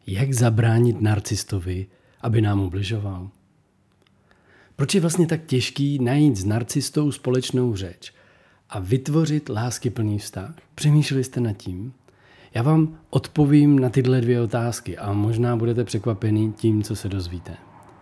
Jak zabránit narcistovi, aby nám ubližoval? Proč je vlastně tak těžký najít s narcistou společnou řeč a vytvořit láskyplný vztah? Přemýšleli jste nad tím? Já vám odpovím na tyhle 2 otázky a možná budete překvapení tím, co se dozvíte.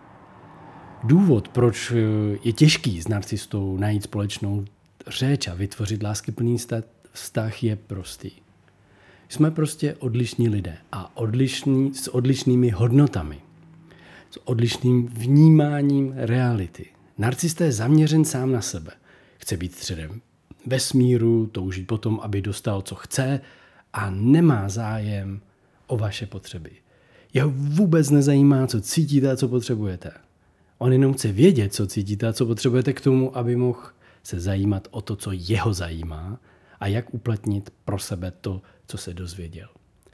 Důvod, proč je těžký s narcistou najít společnou řeč a vytvořit láskyplný vztah, je prostý. Jsme prostě odlišní lidé a s odlišnými hodnotami, s odlišným vnímáním reality. Narcista je zaměřen sám na sebe. Chce být středem vesmíru, touží potom, aby dostal, co chce a nemá zájem o vaše potřeby. Jeho vůbec nezajímá, co cítíte a co potřebujete. On jenom chce vědět, co cítíte a co potřebujete k tomu, aby mohl se zajímat o to, co jeho zajímá a jak uplatnit pro sebe to, co se dozvěděl.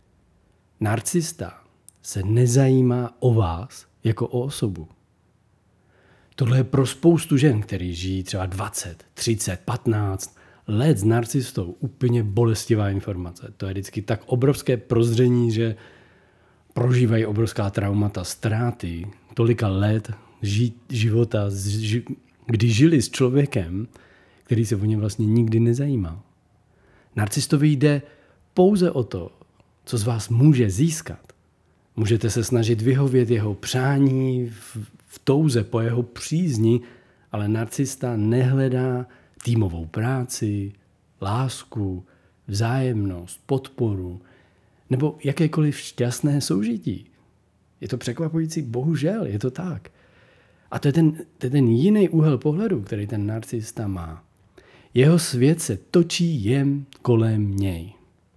Narcista se nezajímá o vás jako o osobu. Tohle je pro spoustu žen, který žijí třeba 20, 30, 15 let s narcistou úplně bolestivá informace. To je vždycky tak obrovské prozření, že prožívají obrovská traumata, ztráty, tolika let života, kdy žili s člověkem, který se o ně vlastně nikdy nezajímal. Narcistovi jde pouze o to, co z vás může získat. Můžete se snažit vyhovět jeho přání v touze po jeho přízni, ale narcista nehledá týmovou práci, lásku, vzájemnost, podporu nebo jakékoliv šťastné soužití. Je to překvapující, bohužel, je to tak. A to je ten jiný úhel pohledu, který ten narcista má. Jeho svět se točí jen kolem něj.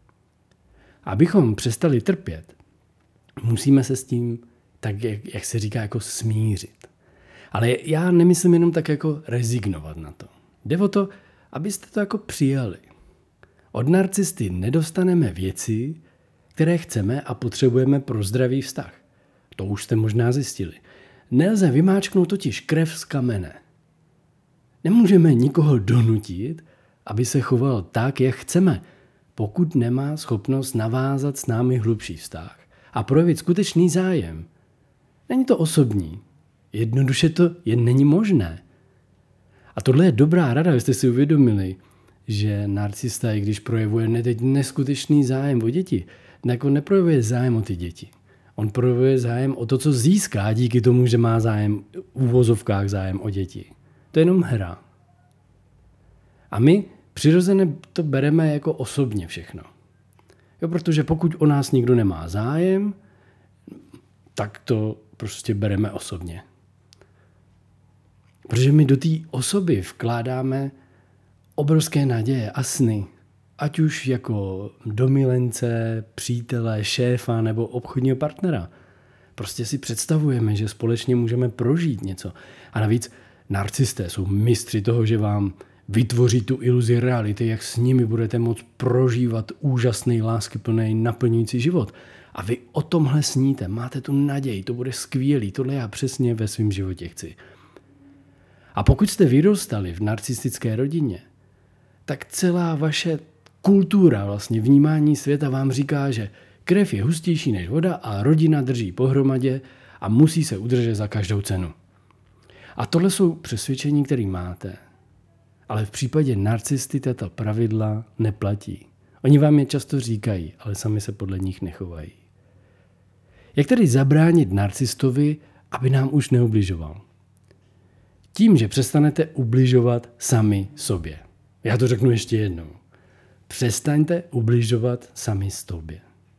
Abychom přestali trpět, musíme se s tím, tak jak se říká, jako smířit. Ale já nemyslím jenom tak jako rezignovat na to. Jde o to, abyste to jako přijali. Od narcisty nedostaneme věci, které chceme a potřebujeme pro zdravý vztah. To už jste možná zjistili. Nelze vymáčknout totiž krev z kamene. Nemůžeme nikoho donutit, aby se choval tak, jak chceme, pokud nemá schopnost navázat s námi hlubší vztah a projevit skutečný zájem. Není to osobní. Jednoduše to jen není možné. A tohle je dobrá rada, abyste si uvědomili, že narcista, i když projevuje neskutečný zájem o děti, tak on neprojevuje zájem o ty děti. On projevuje zájem o to, co získá díky tomu, že má zájem v uvozovkách zájem o děti. To je jenom hra. A my přirozeně to bereme jako osobně všechno. Jo, protože pokud o nás nikdo nemá zájem, tak to prostě bereme osobně. Protože my do té osoby vkládáme obrovské naděje a sny. Ať už jako do milence, přítele, šéfa nebo obchodního partnera. Prostě si představujeme, že společně můžeme prožít něco. A navíc narcisté jsou mistři toho, že vám vytvoří tu iluzi reality, jak s nimi budete moct prožívat úžasný, láskyplný, naplňující život. A vy o tomhle sníte, máte tu naději, to bude skvělý, tohle já přesně ve svém životě chci. A pokud jste vyrůstali v narcistické rodině, tak celá vaše kultura, vlastně vnímání světa vám říká, že krev je hustější než voda a rodina drží pohromadě a musí se udržet za každou cenu. A tohle jsou přesvědčení, které máte. Ale v případě narcisty tato pravidla neplatí. Oni vám je často říkají, ale sami se podle nich nechovají. Jak tedy zabránit narcistovi, aby nám už neubližoval? Tím, že přestanete ubližovat sami sobě. Já to řeknu ještě jednou. Přestaňte ubližovat sami sobě.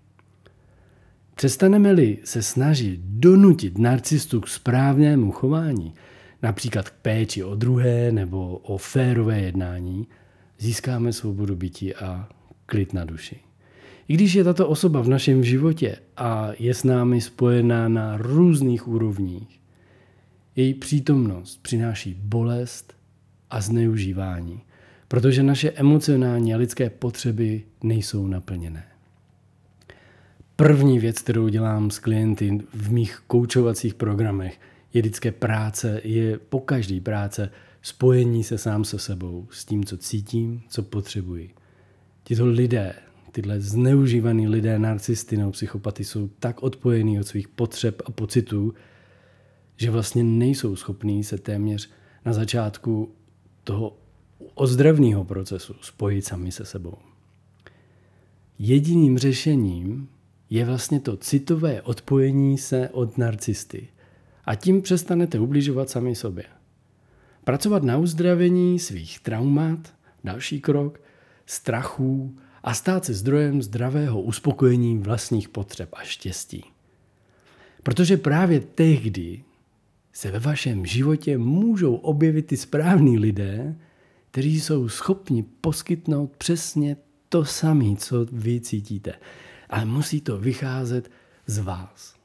Přestaneme-li se snažit donutit narcistu k správnému chování, například k péči o druhé nebo o férové jednání, získáme svobodu bytí a klid na duši. I když je tato osoba v našem životě a je s námi spojená na různých úrovních, její přítomnost přináší bolest a zneužívání, protože naše emocionální a lidské potřeby nejsou naplněné. První věc, kterou dělám s klienty v mých koučovacích programech, je vždycky práce, je po každé práce spojení se sám se sebou, s tím, co cítím, co potřebuji. Tito lidé tyhle zneužívaný lidé, narcisty nebo psychopaty jsou tak odpojení od svých potřeb a pocitů, že vlastně nejsou schopní se téměř na začátku toho ozdravného procesu spojit sami se sebou. Jediným řešením je vlastně to citové odpojení se od narcisty. A tím přestanete ubližovat sami sobě. Pracovat na uzdravení svých traumat, další krok, strachů a stát se zdrojem zdravého uspokojení vlastních potřeb a štěstí. Protože právě tehdy se ve vašem životě můžou objevit ty správní lidé, kteří jsou schopni poskytnout přesně to samé, co vy cítíte. Ale musí to vycházet z vás.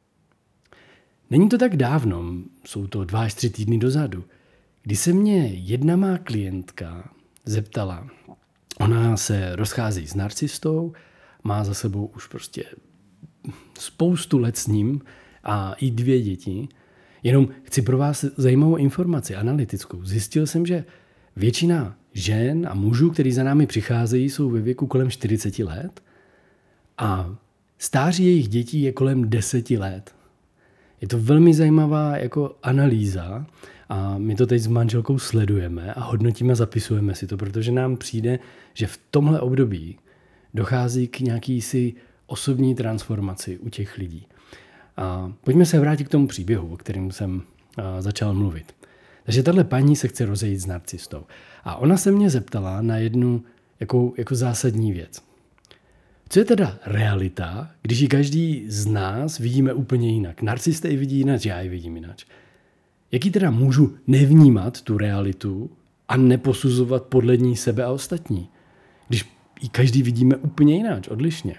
Není to tak dávno, jsou to 2 až 3 týdny dozadu, kdy se mě jedna má klientka zeptala, ona se rozchází s narcistou, má za sebou už prostě spoustu let s ním a i 2 děti. Jenom chci pro vás zajímavou informaci, analytickou. Zjistil jsem, že většina žen a mužů, kteří za námi přicházejí, jsou ve věku kolem 40 let a stáří jejich dětí je kolem 10 let. Je to velmi zajímavá jako analýza a my to teď s manželkou sledujeme a hodnotíme a zapisujeme si to, protože nám přijde, že v tomhle období dochází k nějaký si osobní transformaci u těch lidí. A pojďme se vrátit k tomu příběhu, o kterém jsem začal mluvit. Takže tahle paní se chce rozejít s narcistou. A ona se mě zeptala na jednu jako zásadní věc. Co je teda realita, když ji každý z nás vidíme úplně jinak? Narcista ji vidí jinak, já ji vidím jinak. Jak ji teda můžu nevnímat tu realitu a neposuzovat podle ní sebe a ostatní? Když ji každý vidíme úplně jinak, odlišně.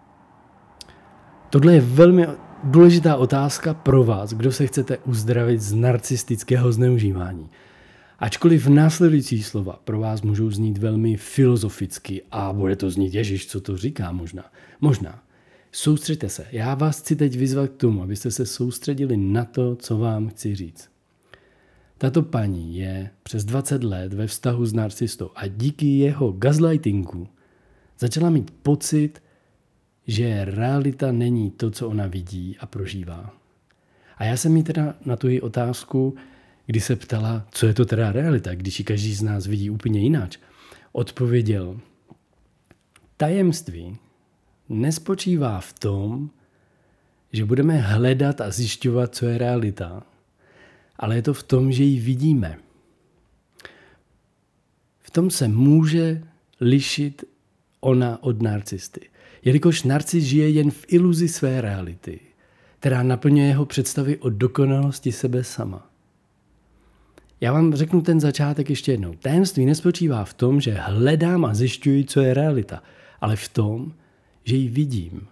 Tohle je velmi důležitá otázka pro vás, kdo se chcete uzdravit z narcistického zneužívání. Ačkoliv následující slova pro vás můžou znít velmi filozoficky a bude to znít, Ježiš, co to říká možná. Soustřeďte se. Já vás chci teď vyzvat k tomu, abyste se soustředili na to, co vám chci říct. Tato paní je přes 20 let ve vztahu s narcistou a díky jeho gaslightingu začala mít pocit, že realita není to, co ona vidí a prožívá. A já jsem jí teda na tu její otázku, kdy se ptala, co je to teda realita, když ji každý z nás vidí úplně jinak, odpověděl, tajemství nespočívá v tom, že budeme hledat a zjišťovat, co je realita, ale je to v tom, že ji vidíme. V tom se může lišit ona od narcisty. Jelikož narcis žije jen v iluzi své reality, která naplňuje jeho představy o dokonalosti sebe sama. Já vám řeknu ten začátek ještě jednou. Tajemství nespočívá v tom, že hledám a zjišťuji, co je realita, ale v tom, že ji vidím.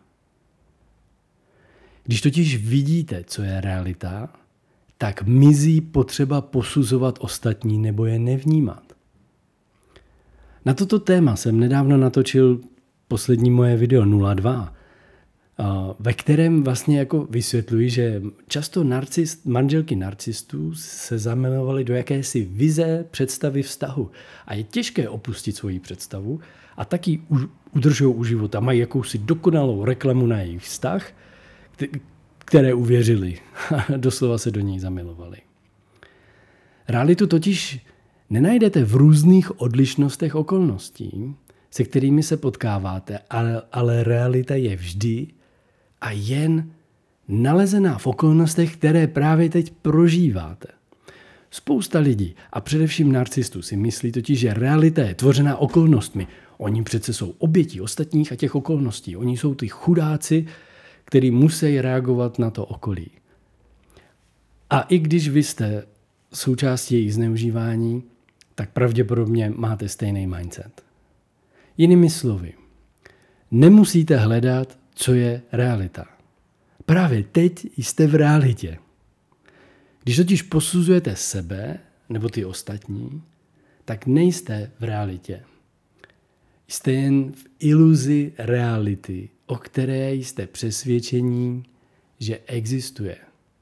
Když totiž vidíte, co je realita, tak mizí potřeba posuzovat ostatní nebo je nevnímat. Na toto téma jsem nedávno natočil poslední moje video 02, ve kterém vlastně jako vysvětluji, že často manželky narcistů se zamilovaly do jakési vize představy vztahu. A je těžké opustit svoji představu a taky udržují u života. Mají jakousi dokonalou reklamu na jejich vztah, které uvěřili a doslova se do něj zamilovali. Realitu totiž nenajdete v různých odlišnostech okolností, se kterými se potkáváte, ale realita je vždy a jen nalezená v okolnostech, které právě teď prožíváte. Spousta lidí, a především narcistů, si myslí totiž, že realita je tvořená okolnostmi. Oni přece jsou obětí ostatních a těch okolností. Oni jsou ty chudáci, kteří musí reagovat na to okolí. A i když vy jste součástí jejich zneužívání, tak pravděpodobně máte stejný mindset. Jinými slovy, nemusíte hledat, co je realita. Právě teď jste v realitě. Když totiž posuzujete sebe nebo ty ostatní, tak nejste v realitě. Jste jen v iluzi reality, o které jste přesvědčení, že existuje.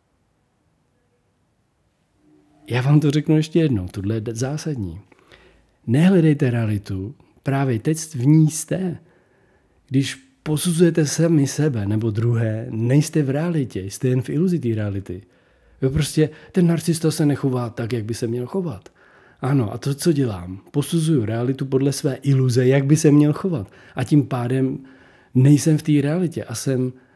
Já vám to řeknu ještě jednou, tohle je zásadní. Nehledejte realitu, právě teď v ní jste. Když posuzujete sami sebe nebo druhé, nejste v realitě, jste jen v iluzi té reality. Jo, prostě ten narcista se nechová tak, jak by se měl chovat. Ano, a to, co dělám? Posuzuju realitu podle své iluze, jak by se měl chovat. A tím pádem nejsem v té realitě a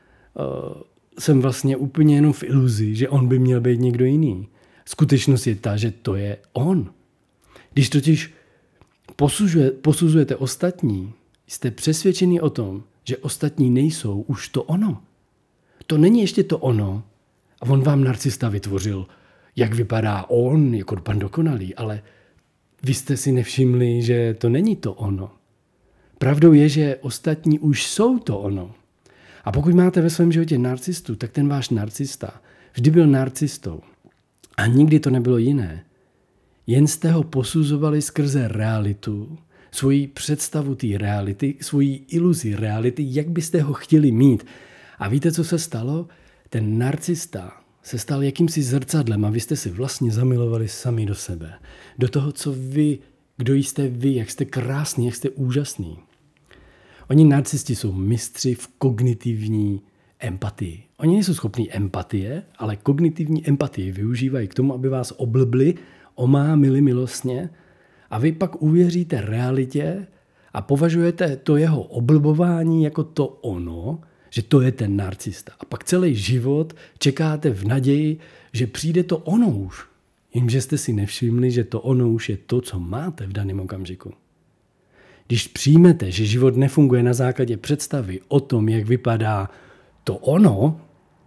jsem vlastně úplně jenom v iluzi, že on by měl být někdo jiný. Skutečnost je ta, že to je on. Když totiž posuzujete ostatní, jste přesvědčeni o tom, že ostatní nejsou už to ono. To není ještě to ono. A on vám narcista vytvořil, jak vypadá on, jako pan dokonalý, ale vy jste si nevšimli, že to není to ono. Pravdou je, že ostatní už jsou to ono. A pokud máte ve svém životě narcistu, tak ten váš narcista vždy byl narcistou. A nikdy to nebylo jiné. Jen jste ho posuzovali skrze realitu, svoji představu té reality, svoji iluzi reality, jak byste ho chtěli mít. A víte, co se stalo? Ten narcista se stal jakýmsi zrcadlem a vy jste si vlastně zamilovali sami do sebe. Do toho, co vy, kdo jste vy, jak jste krásný, jak jste úžasný. Oni narcisti jsou mistři v kognitivní empatii. Oni nejsou schopní empatie, ale kognitivní empatii využívají k tomu, aby vás oblbli, omámili milostně a vy pak uvěříte realitě a považujete to jeho oblbování jako to ono, že to je ten narcista. A pak celý život čekáte v naději, že přijde to ono už. Jenže jste si nevšimli, že to ono už je to, co máte v daném okamžiku. Když přijmete, že život nefunguje na základě představy o tom, jak vypadá to ono,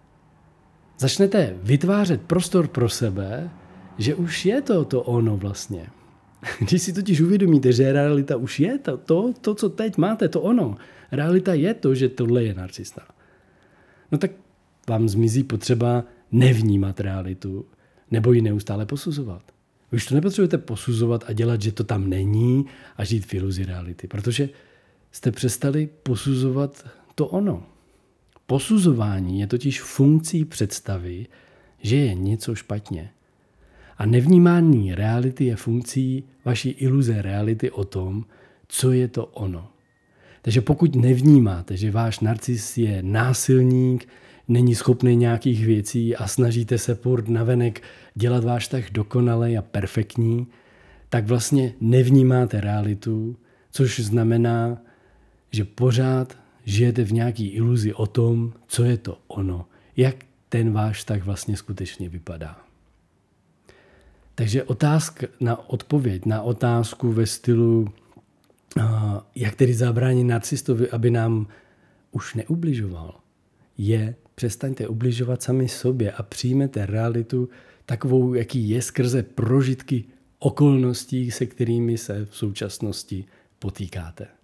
začnete vytvářet prostor pro sebe, že už je to ono vlastně. Když si totiž uvědomíte, že realita už je to, co teď máte, to ono. Realita je to, že tohle je narcista. No tak vám zmizí potřeba nevnímat realitu nebo ji neustále posuzovat. Vy už to nepotřebujete posuzovat a dělat, že to tam není a žít v iluzi reality, protože jste přestali posuzovat to ono. Posuzování je totiž funkcí představy, že je něco špatně. A nevnímání reality je funkcí vaší iluze reality o tom, co je to ono. Takže pokud nevnímáte, že váš narcis je násilník, není schopný nějakých věcí a snažíte se furt navenek dělat váš vztah dokonalý a perfektní, tak vlastně nevnímáte realitu, což znamená, že pořád žijete v nějaký iluzi o tom, co je to ono, jak ten váš vztah vlastně skutečně vypadá. Takže odpověď na otázku ve stylu, jak tedy zabránit narcistovi, aby nám už neubližoval, je přestaňte ubližovat sami sobě a přijmete realitu takovou, jaký je skrze prožitky okolností, se kterými se v současnosti potýkáte.